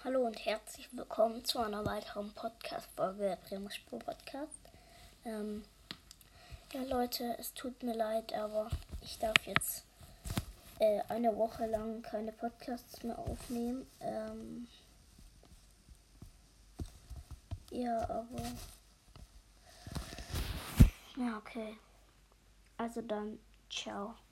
Hallo und herzlich willkommen zu einer weiteren Podcast-Folge der Bremer Spur Podcast. Ja Leute, es tut mir leid, aber ich darf jetzt eine Woche lang keine Podcasts mehr aufnehmen. Ja, okay. Also dann, ciao.